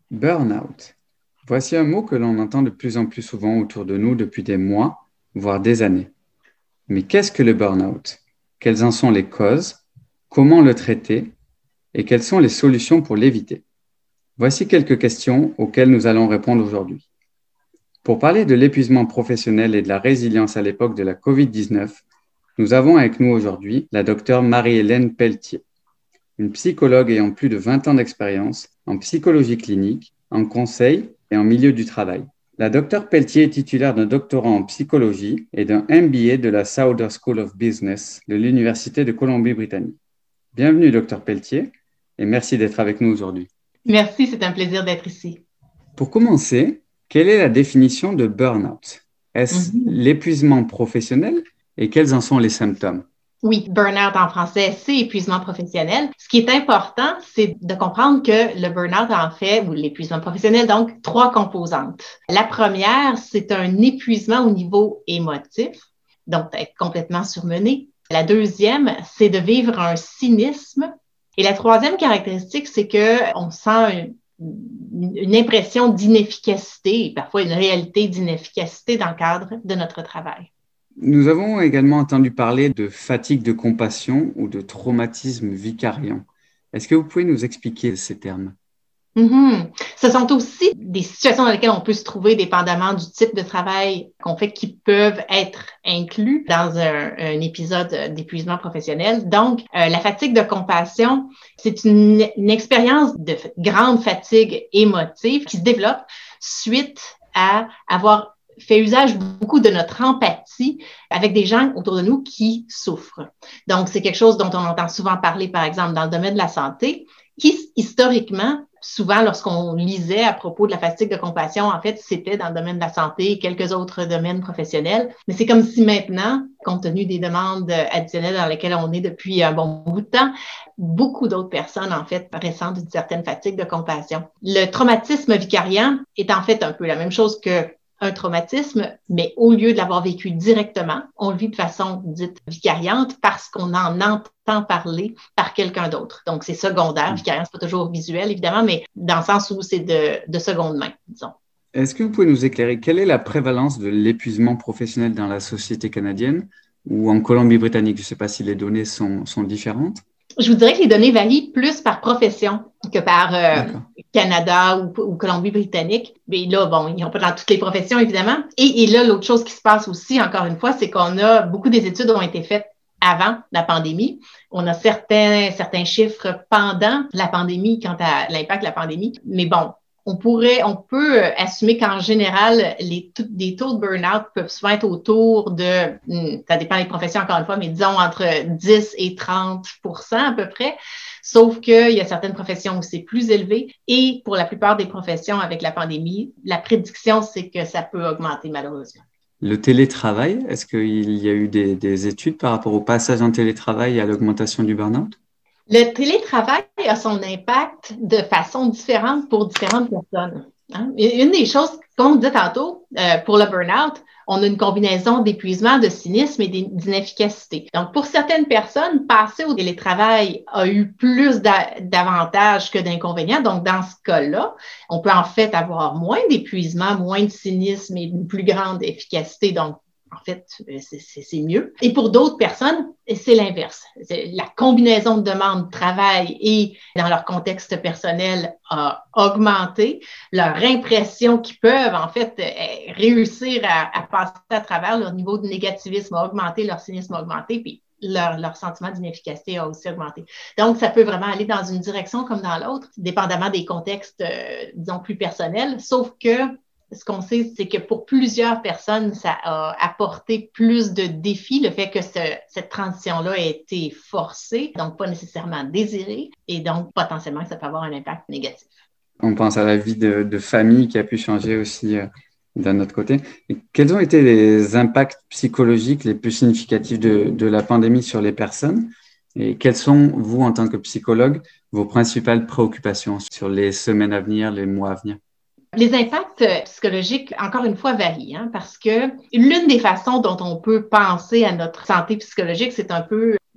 Burnout. Voici un mot que l'on entend de plus en plus souvent autour de nous depuis des mois, voire des années. Mais qu'est-ce que le burnout? Quelles en sont les causes? Comment le traiter? Et quelles sont les solutions pour l'éviter? Voici quelques questions auxquelles nous allons répondre aujourd'hui. Pour parler de l'épuisement professionnel et de la résilience à l'époque de la COVID-19, nous avons avec nous aujourd'hui la docteure Marie-Hélène Pelletier, une psychologue ayant plus de 20 ans d'expérience en psychologie clinique, en conseil et en milieu du travail. La docteure Pelletier est titulaire d'un doctorat en psychologie et d'un MBA de la Sauder School of Business de l'Université de Colombie-Britannique. Bienvenue, docteur Pelletier, et merci d'être avec nous aujourd'hui. Merci, c'est un plaisir d'être ici. Pour commencer, quelle est la définition de burn-out? Est-ce l'épuisement professionnel et quels en sont les symptômes? Oui, burn-out en français, c'est épuisement professionnel. Ce qui est important, c'est de comprendre que le burn-out en fait, ou l'épuisement professionnel, donc 3 composantes. La première, c'est un épuisement au niveau émotif, donc d'être complètement surmené. La deuxième, c'est de vivre un cynisme. Et la troisième caractéristique, c'est qu'on sent une impression d'inefficacité et parfois une réalité d'inefficacité dans le cadre de notre travail. Nous avons également entendu parler de fatigue de compassion ou de traumatisme vicariant. Est-ce que vous pouvez nous expliquer ces termes? Ce sont aussi des situations dans lesquelles on peut se trouver dépendamment du type de travail qu'on fait qui peuvent être inclus dans un épisode d'épuisement professionnel. Donc, la fatigue de compassion, c'est une expérience de grande fatigue émotive qui se développe suite à avoir fait usage beaucoup de notre empathie avec des gens autour de nous qui souffrent. Donc, c'est quelque chose dont on entend souvent parler, par exemple, dans le domaine de la santé, qui, historiquement, souvent, lorsqu'on lisait à propos de la fatigue de compassion, en fait, c'était dans le domaine de la santé et quelques autres domaines professionnels. Mais c'est comme si maintenant, compte tenu des demandes additionnelles dans lesquelles on est depuis un bon bout de temps, beaucoup d'autres personnes, en fait, ressentent une certaine fatigue de compassion. Le traumatisme vicariant est en fait un peu la même chose qu'un traumatisme, mais au lieu de l'avoir vécu directement, on le vit de façon dite vicariante parce qu'on en entend parler par quelqu'un d'autre. Donc, c'est secondaire. Vicariant, c'est pas toujours visuel, évidemment, mais dans le sens où c'est de seconde main, disons. Est-ce que vous pouvez nous éclairer quelle est la prévalence de l'épuisement professionnel dans la société canadienne ou en Colombie-Britannique? Je ne sais pas si les données sont différentes. Je vous dirais que les données varient plus par profession que par Canada ou Colombie-Britannique. Mais là, bon, ils n'ont pas dans toutes les professions, évidemment. Et là, l'autre chose qui se passe aussi, encore une fois, c'est qu'on a beaucoup des études ont été faites avant la pandémie. On a certains chiffres pendant la pandémie quant à l'impact de la pandémie. Mais bon, on peut assumer qu'en général, les taux de burn-out peuvent souvent être autour de, ça dépend des professions encore une fois, mais disons entre 10 et 30% à peu près. Sauf qu'il y a certaines professions où c'est plus élevé. Et pour la plupart des professions avec la pandémie, la prédiction, c'est que ça peut augmenter malheureusement. Le télétravail, est-ce qu'il y a eu des études par rapport au passage en télétravail et à l'augmentation du burn-out? Le télétravail a son impact de façon différente pour différentes personnes. Hein? Une des choses, comme on disait tantôt, pour le burn-out, on a une combinaison d'épuisement, de cynisme et d'inefficacité. Donc, pour certaines personnes, passer au télétravail a eu plus d'avantages que d'inconvénients. Donc, dans ce cas-là, on peut en fait avoir moins d'épuisement, moins de cynisme et une plus grande efficacité. Donc, en fait, c'est mieux. Et pour d'autres personnes, c'est l'inverse. La combinaison de demandes, travail et dans leur contexte personnel a augmenté. Leur impression qu'ils peuvent, en fait, réussir à passer à travers leur niveau de négativisme a augmenté, leur cynisme a augmenté, puis leur sentiment d'inefficacité a aussi augmenté. Donc, ça peut vraiment aller dans une direction comme dans l'autre, dépendamment des contextes, disons, plus personnels, sauf que ce qu'on sait, c'est que pour plusieurs personnes, ça a apporté plus de défis, le fait que cette transition-là ait été forcée, donc pas nécessairement désirée, et donc potentiellement que ça peut avoir un impact négatif. On pense à la vie de famille qui a pu changer aussi d'un autre côté. Et quels ont été les impacts psychologiques les plus significatifs de la pandémie sur les personnes? Et quelles sont, vous, en tant que psychologue, vos principales préoccupations sur les semaines à venir, les mois à venir? Les impacts psychologiques, encore une fois, varient, hein, parce que l'une des façons dont on peut penser à notre santé psychologique, c'est un peu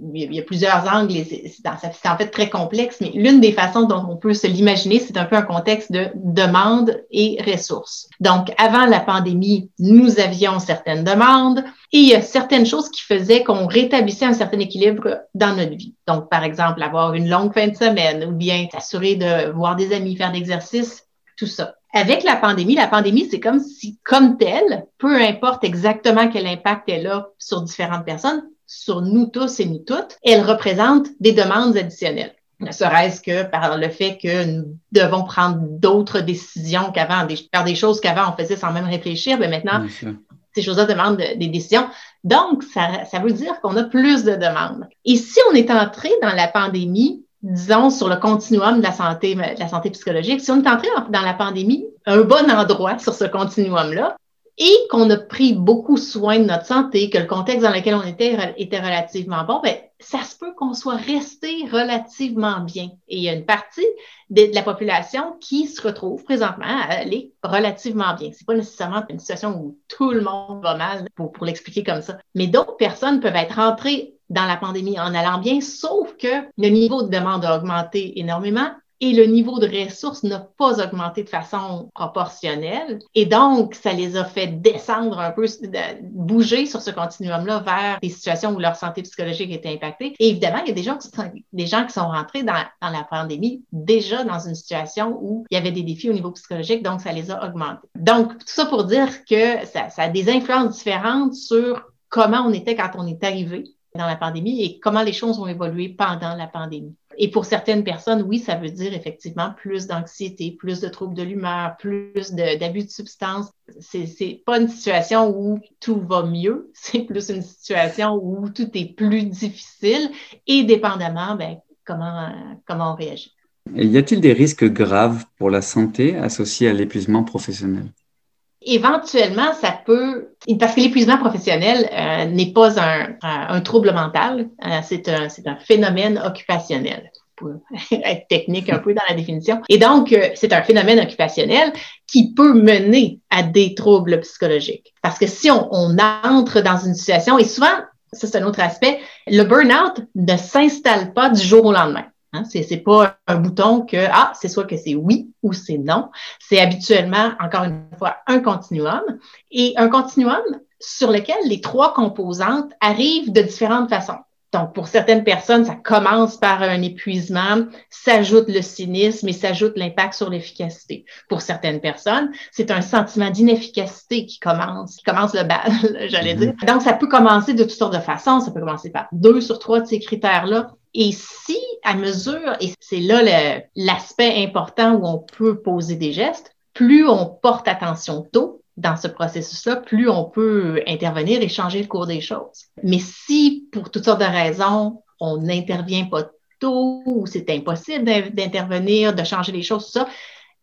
il y a plusieurs angles et c'est en fait très complexe, mais l'une des façons dont on peut se l'imaginer, c'est un peu un contexte de demande et ressources. Donc, avant la pandémie, nous avions certaines demandes et il y a certaines choses qui faisaient qu'on rétablissait un certain équilibre dans notre vie. Donc, par exemple, avoir une longue fin de semaine ou bien s'assurer de voir des amis, faire de l'exercice, tout ça. Avec la pandémie, c'est comme si, comme telle, peu importe exactement quel impact elle a sur différentes personnes, sur nous tous et nous toutes, elle représente des demandes additionnelles. Ne serait-ce que par le fait que nous devons prendre d'autres décisions qu'avant, faire des choses qu'avant on faisait sans même réfléchir, mais maintenant, ces choses-là demandent des décisions. Donc, ça veut dire qu'on a plus de demandes. Et si on est entré dans la pandémie, disons, sur le continuum de la santé psychologique, si on est entré dans la pandémie, un bon endroit sur ce continuum-là, et qu'on a pris beaucoup soin de notre santé, que le contexte dans lequel on était relativement bon, ben, ça se peut qu'on soit resté relativement bien. Et il y a une partie de la population qui se retrouve présentement à aller relativement bien. C'est pas nécessairement une situation où tout le monde va mal, pour l'expliquer comme ça. Mais d'autres personnes peuvent être rentrées dans la pandémie en allant bien, sauf que le niveau de demande a augmenté énormément et le niveau de ressources n'a pas augmenté de façon proportionnelle. Et donc, ça les a fait descendre un peu, bouger sur ce continuum-là vers des situations où leur santé psychologique était impactée. Et évidemment, il y a des gens qui sont rentrés dans la pandémie déjà dans une situation où il y avait des défis au niveau psychologique, donc ça les a augmentés. Donc, tout ça pour dire que ça a des influences différentes sur comment on était quand on est arrivé dans la pandémie et comment les choses ont évolué pendant la pandémie. Et pour certaines personnes, oui, ça veut dire effectivement plus d'anxiété, plus de troubles de l'humeur, plus d'abus de substances. C'est pas une situation où tout va mieux, c'est plus une situation où tout est plus difficile et dépendamment, comment on réagit. Et y a-t-il des risques graves pour la santé associés à l'épuisement professionnel? Éventuellement, ça peut, parce que l'épuisement professionnel n'est pas un trouble mental, c'est un phénomène occupationnel, pour être technique un peu dans la définition. Et donc, c'est un phénomène occupationnel qui peut mener à des troubles psychologiques. Parce que si on entre dans une situation, et souvent, ça c'est un autre aspect, le burn-out ne s'installe pas du jour au lendemain. Hein, c'est pas un bouton que, c'est soit que c'est oui ou c'est non. C'est habituellement, encore une fois, un continuum. Et un continuum sur lequel les trois composantes arrivent de différentes façons. Donc, pour certaines personnes, ça commence par un épuisement, s'ajoute le cynisme et s'ajoute l'impact sur l'efficacité. Pour certaines personnes, c'est un sentiment d'inefficacité qui commence le bal, j'allais dire. Donc, ça peut commencer de toutes sortes de façons. Ça peut commencer par 2 sur 3 de ces critères-là. Et si, à mesure, et c'est là l'aspect important où on peut poser des gestes, plus on porte attention tôt dans ce processus-là, plus on peut intervenir et changer le cours des choses. Mais si, pour toutes sortes de raisons, on n'intervient pas tôt ou c'est impossible d'intervenir, de changer les choses, tout ça,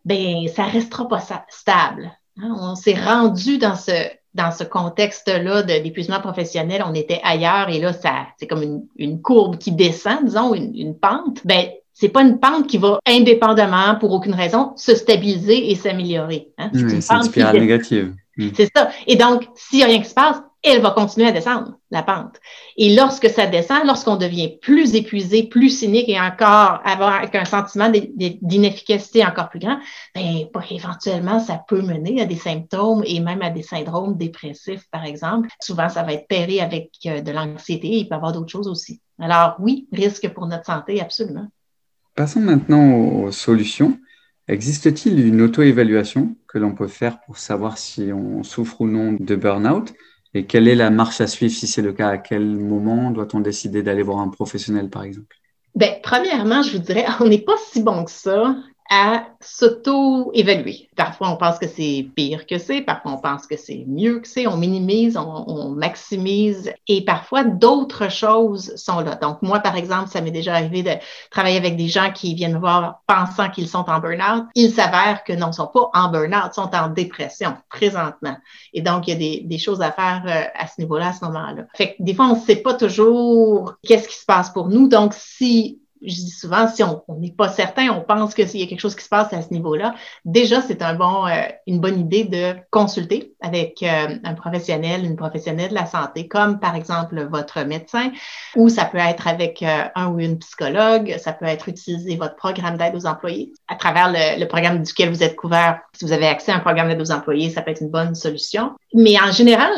ça restera pas stable. Hein? On s'est rendu dans ce contexte-là d'épuisement professionnel, on était ailleurs et là, c'est comme une courbe qui descend, disons, une pente. C'est pas une pente qui va indépendamment, pour aucune raison, se stabiliser et s'améliorer. Hein? C'est une spirale négative. C'est ça. Et donc, s'il n'y a rien qui se passe, elle va continuer à descendre, la pente. Et lorsque ça descend, lorsqu'on devient plus épuisé, plus cynique et encore avec un sentiment d'inefficacité encore plus grand, éventuellement, ça peut mener à des symptômes et même à des syndromes dépressifs, par exemple. Souvent, ça va être pairé avec de l'anxiété et il peut y avoir d'autres choses aussi. Alors oui, risque pour notre santé, absolument. Passons maintenant aux solutions. Existe-t-il une auto-évaluation que l'on peut faire pour savoir si on souffre ou non de burn-out? Et quelle est la marche à suivre si c'est le cas? À quel moment doit-on décider d'aller voir un professionnel, par exemple? Premièrement, je vous dirais, on n'est pas si bon que ça à s'auto-évaluer. Parfois, on pense que c'est pire que c'est, parfois, on pense que c'est mieux que c'est, on minimise, on maximise, et parfois, d'autres choses sont là. Donc, moi, par exemple, ça m'est déjà arrivé de travailler avec des gens qui viennent me voir pensant qu'ils sont en burn-out. Il s'avère que non, ils ne sont pas en burn-out, ils sont en dépression présentement. Et donc, il y a des choses à faire à ce niveau-là, à ce moment-là. Fait que des fois, on ne sait pas toujours qu'est-ce qui se passe pour nous. Donc, si je dis souvent, si on n'est pas certain, on pense qu'il y a quelque chose qui se passe à ce niveau-là, déjà, c'est une bonne idée de consulter avec un professionnel, une professionnelle de la santé, comme par exemple votre médecin, ou ça peut être avec un ou une psychologue, ça peut être utiliser votre programme d'aide aux employés à travers le programme duquel vous êtes couvert. Si vous avez accès à un programme d'aide aux employés, ça peut être une bonne solution. Mais en général,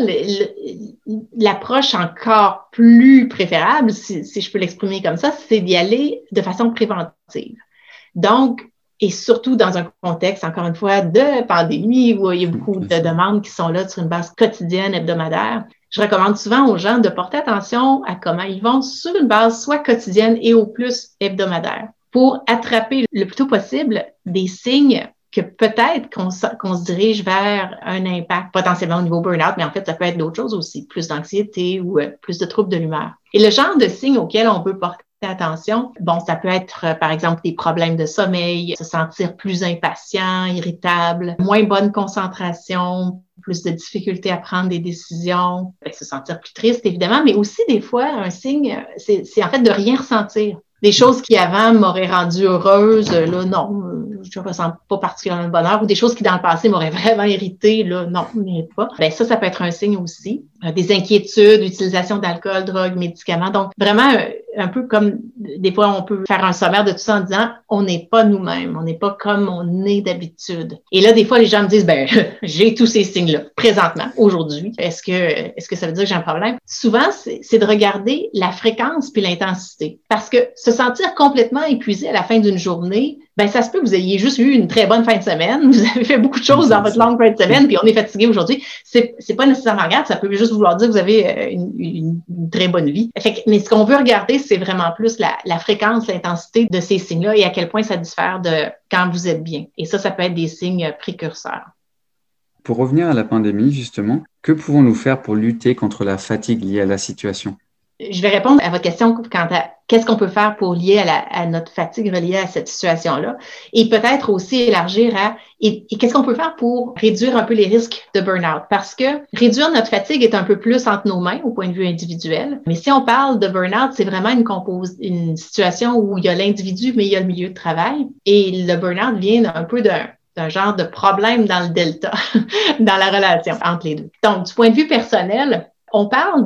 l'approche encore plus préférable, si je peux l'exprimer comme ça, c'est d'y aller de façon préventive. Donc, et surtout dans un contexte, encore une fois, de pandémie, où il y a beaucoup de demandes qui sont là sur une base quotidienne, hebdomadaire, je recommande souvent aux gens de porter attention à comment ils vont sur une base soit quotidienne et au plus hebdomadaire pour attraper le plus tôt possible des signes que peut-être qu'on se dirige vers un impact potentiellement au niveau burn-out, mais en fait, ça peut être d'autres choses aussi, plus d'anxiété ou plus de troubles de l'humeur. Et le genre de signes auxquels on peut porter attention, bon, ça peut être, par exemple, des problèmes de sommeil, se sentir plus impatient, irritable, moins bonne concentration, plus de difficultés à prendre des décisions, se sentir plus triste, évidemment, mais aussi des fois, un signe, c'est en fait de rien ressentir. Des choses qui avant m'auraient rendue heureuse, là, non, je ne ressens pas particulièrement de bonheur, ou des choses qui dans le passé m'auraient vraiment irritée, là, non, mais pas. Ben ça peut être un signe aussi. Des inquiétudes, utilisation d'alcool, drogue, médicaments. Donc, vraiment, un peu comme des fois, on peut faire un sommaire de tout ça en disant, on n'est pas nous-mêmes, on n'est pas comme on est d'habitude. Et là, des fois, les gens me disent, ben, j'ai tous ces signes-là, présentement, aujourd'hui. Est-ce que ça veut dire que j'ai un problème? Souvent, c'est de regarder la fréquence puis l'intensité. Parce que se sentir complètement épuisé à la fin d'une journée, ben ça se peut que vous ayez juste eu une très bonne fin de semaine, vous avez fait beaucoup de choses dans votre longue fin de semaine, puis on est fatigué aujourd'hui. C'est pas nécessairement grave, ça peut juste vouloir dire que vous avez une très bonne vie. Mais ce qu'on veut regarder, c'est vraiment plus la fréquence, l'intensité de ces signes-là et à quel point ça diffère de quand vous êtes bien. Et ça peut être des signes précurseurs. Pour revenir à la pandémie, justement, que pouvons-nous faire pour lutter contre la fatigue liée à la situation? Je vais répondre à votre question quant à qu'est-ce qu'on peut faire pour lier à notre fatigue reliée à cette situation-là et peut-être aussi élargir et qu'est-ce qu'on peut faire pour réduire un peu les risques de burn-out parce que réduire notre fatigue est un peu plus entre nos mains au point de vue individuel. Mais si on parle de burn-out, c'est vraiment une situation où il y a l'individu mais il y a le milieu de travail et le burn-out vient un peu d'un genre de problème dans le delta, dans la relation entre les deux. Donc, du point de vue personnel, on parle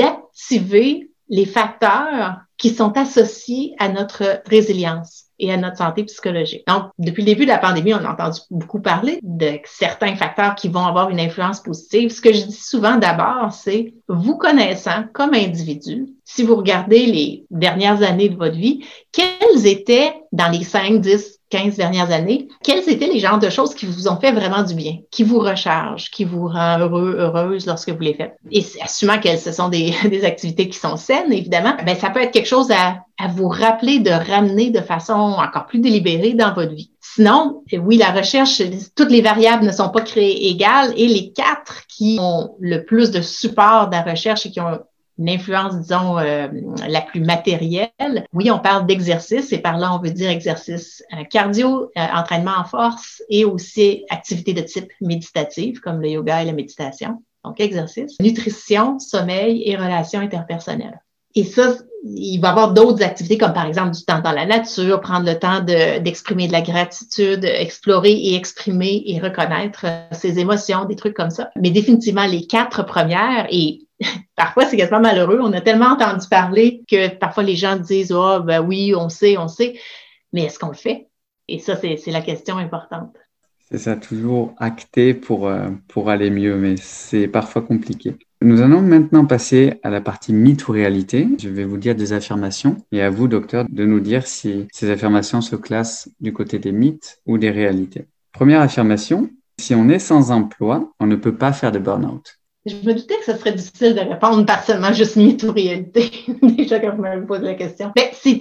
d'activer les facteurs qui sont associés à notre résilience et à notre santé psychologique. Donc, depuis le début de la pandémie, on a entendu beaucoup parler de certains facteurs qui vont avoir une influence positive. Ce que je dis souvent d'abord, c'est vous connaissant comme individu, si vous regardez les dernières années de votre vie, quelles étaient dans les 5, 10, 15 dernières années, quels étaient les genres de choses qui vous ont fait vraiment du bien, qui vous rechargent, qui vous rend heureux, heureuse lorsque vous les faites. Et assumant que ce sont des activités qui sont saines, évidemment, ben ça peut être quelque chose à vous rappeler de ramener de façon encore plus délibérée dans votre vie. Sinon, oui, la recherche, toutes les variables ne sont pas créées égales et les 4 qui ont le plus de support de la recherche et qui ont une influence, disons, la plus matérielle. Oui, on parle d'exercice et par là, on veut dire exercice cardio, entraînement en force et aussi activités de type méditative comme le yoga et la méditation. Donc, exercice, nutrition, sommeil et relations interpersonnelles. Et ça, il va y avoir d'autres activités comme par exemple du temps dans la nature, prendre le temps d'exprimer de la gratitude, explorer et exprimer et reconnaître ses émotions, des trucs comme ça. Mais définitivement, les 4 premières et parfois, c'est quasiment malheureux. On a tellement entendu parler que parfois les gens disent « Ah, ben oui, on sait. » Mais est-ce qu'on le fait? Et ça, c'est la question importante. C'est ça, toujours acter pour aller mieux, mais c'est parfois compliqué. Nous allons maintenant passer à la partie mythe ou réalité. Je vais vous dire des affirmations et à vous, docteur, de nous dire si ces affirmations se classent du côté des mythes ou des réalités. Première affirmation, si on est sans emploi, on ne peut pas faire de burn-out. Je me doutais que ce serait difficile de répondre par seulement juste mythe ou réalité, déjà quand vous m'avez posé la question. Mais c'est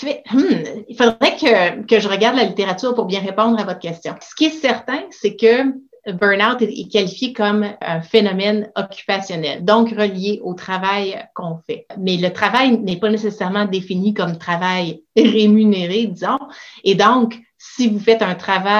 il faudrait que je regarde la littérature pour bien répondre à votre question. Ce qui est certain, c'est que burn-out est qualifié comme un phénomène occupationnel, donc relié au travail qu'on fait. Mais le travail n'est pas nécessairement défini comme travail rémunéré, disons. Et donc, si vous faites un travail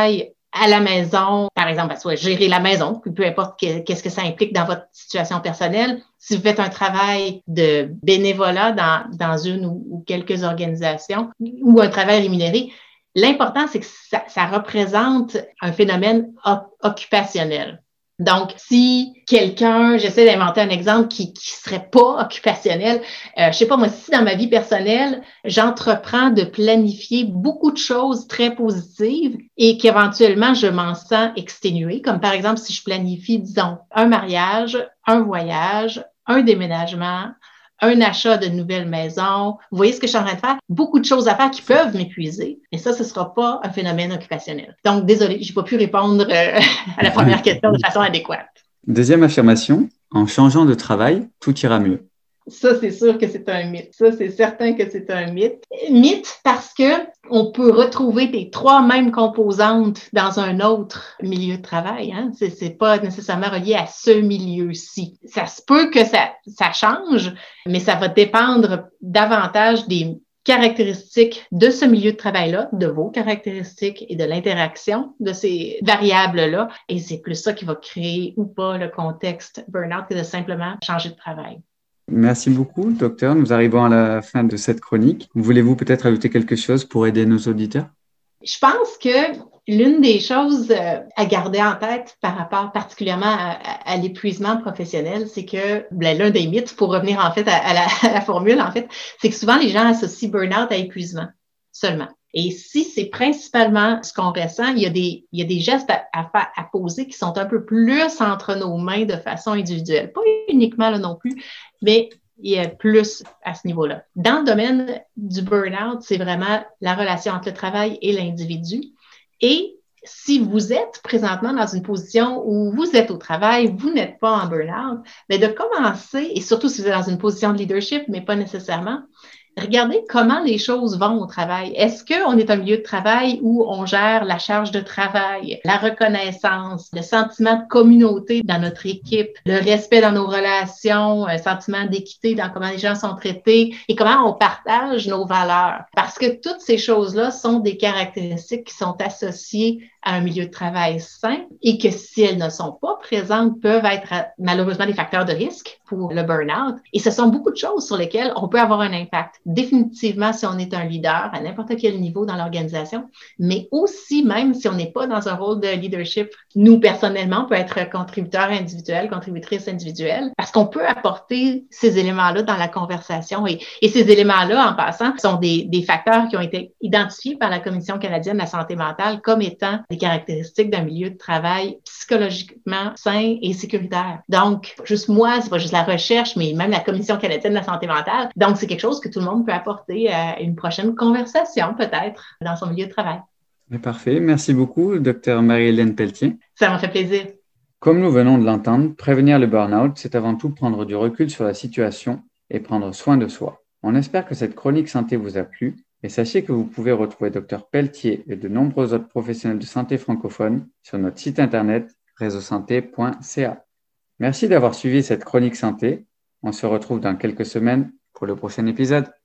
à la maison, par exemple, soit gérer la maison, peu importe qu'est-ce que ça implique dans votre situation personnelle. Si vous faites un travail de bénévolat dans une ou quelques organisations ou un travail rémunéré, l'important, c'est que ça représente un phénomène occupationnel. Donc, si quelqu'un, j'essaie d'inventer un exemple qui serait pas occupationnel, je sais pas moi, si dans ma vie personnelle, j'entreprends de planifier beaucoup de choses très positives et qu'éventuellement je m'en sens exténuée, comme par exemple si je planifie, disons, un mariage, un voyage, un déménagement, un achat de nouvelles maisons. Vous voyez ce que je suis en train de faire? Beaucoup de choses à faire qui peuvent m'épuiser, mais ça, ce ne sera pas un phénomène occupationnel. Donc, désolé, je n'ai pas pu répondre à la première question de façon adéquate. Deuxième affirmation, en changeant de travail, tout ira mieux. Ça, c'est sûr que c'est un mythe. Ça, c'est certain que c'est un mythe. Mythe parce que on peut retrouver les trois mêmes composantes dans un autre milieu de travail. Hein? C'est pas nécessairement relié à ce milieu-ci. Ça se peut que ça change, mais ça va dépendre davantage des caractéristiques de ce milieu de travail-là, de vos caractéristiques et de l'interaction de ces variables-là. Et c'est plus ça qui va créer ou pas le contexte burn-out que de simplement changer de travail. Merci beaucoup, docteur. Nous arrivons à la fin de cette chronique. Voulez-vous peut-être ajouter quelque chose pour aider nos auditeurs? Je pense que l'une des choses à garder en tête par rapport particulièrement à l'épuisement professionnel, c'est que l'un des mythes, pour revenir en fait à la formule, en fait, c'est que souvent les gens associent burn-out à épuisement seulement. Et si c'est principalement ce qu'on ressent, il y a des gestes à poser qui sont un peu plus entre nos mains de façon individuelle. Pas uniquement là non plus, mais il y a plus à ce niveau-là. Dans le domaine du burn-out, c'est vraiment la relation entre le travail et l'individu. Et si vous êtes présentement dans une position où vous êtes au travail, vous n'êtes pas en burn-out, mais de commencer, et surtout si vous êtes dans une position de leadership, mais pas nécessairement, regardez comment les choses vont au travail. Est-ce qu'on est un milieu de travail où on gère la charge de travail, la reconnaissance, le sentiment de communauté dans notre équipe, le respect dans nos relations, un sentiment d'équité dans comment les gens sont traités et comment on partage nos valeurs? Parce que toutes ces choses-là sont des caractéristiques qui sont associées à un milieu de travail sain et que si elles ne sont pas présentes, peuvent être malheureusement des facteurs de risque pour le burn-out. Et ce sont beaucoup de choses sur lesquelles on peut avoir un impact. Définitivement, si on est un leader à n'importe quel niveau dans l'organisation, mais aussi même si on n'est pas dans un rôle de leadership, nous personnellement, on peut être contributeur individuel, contributrice individuelle, parce qu'on peut apporter ces éléments-là dans la conversation. Et ces éléments-là, en passant, sont des facteurs qui ont été identifiés par la Commission canadienne de la santé mentale comme étant des caractéristiques d'un milieu de travail psychologiquement sain et sécuritaire. Donc, juste moi, c'est pas juste la recherche, mais même la Commission canadienne de la santé mentale. Donc, c'est quelque chose que tout le monde peut apporter à une prochaine conversation, peut-être, dans son milieu de travail. Parfait. Merci beaucoup, docteur Marie-Hélène Pelletier. Ça m'a fait plaisir. Comme nous venons de l'entendre, prévenir le burn-out, c'est avant tout prendre du recul sur la situation et prendre soin de soi. On espère que cette chronique santé vous a plu et sachez que vous pouvez retrouver Dr Pelletier et de nombreux autres professionnels de santé francophones sur notre site internet réseausanté.ca. Merci d'avoir suivi cette chronique santé. On se retrouve dans quelques semaines pour le prochain épisode.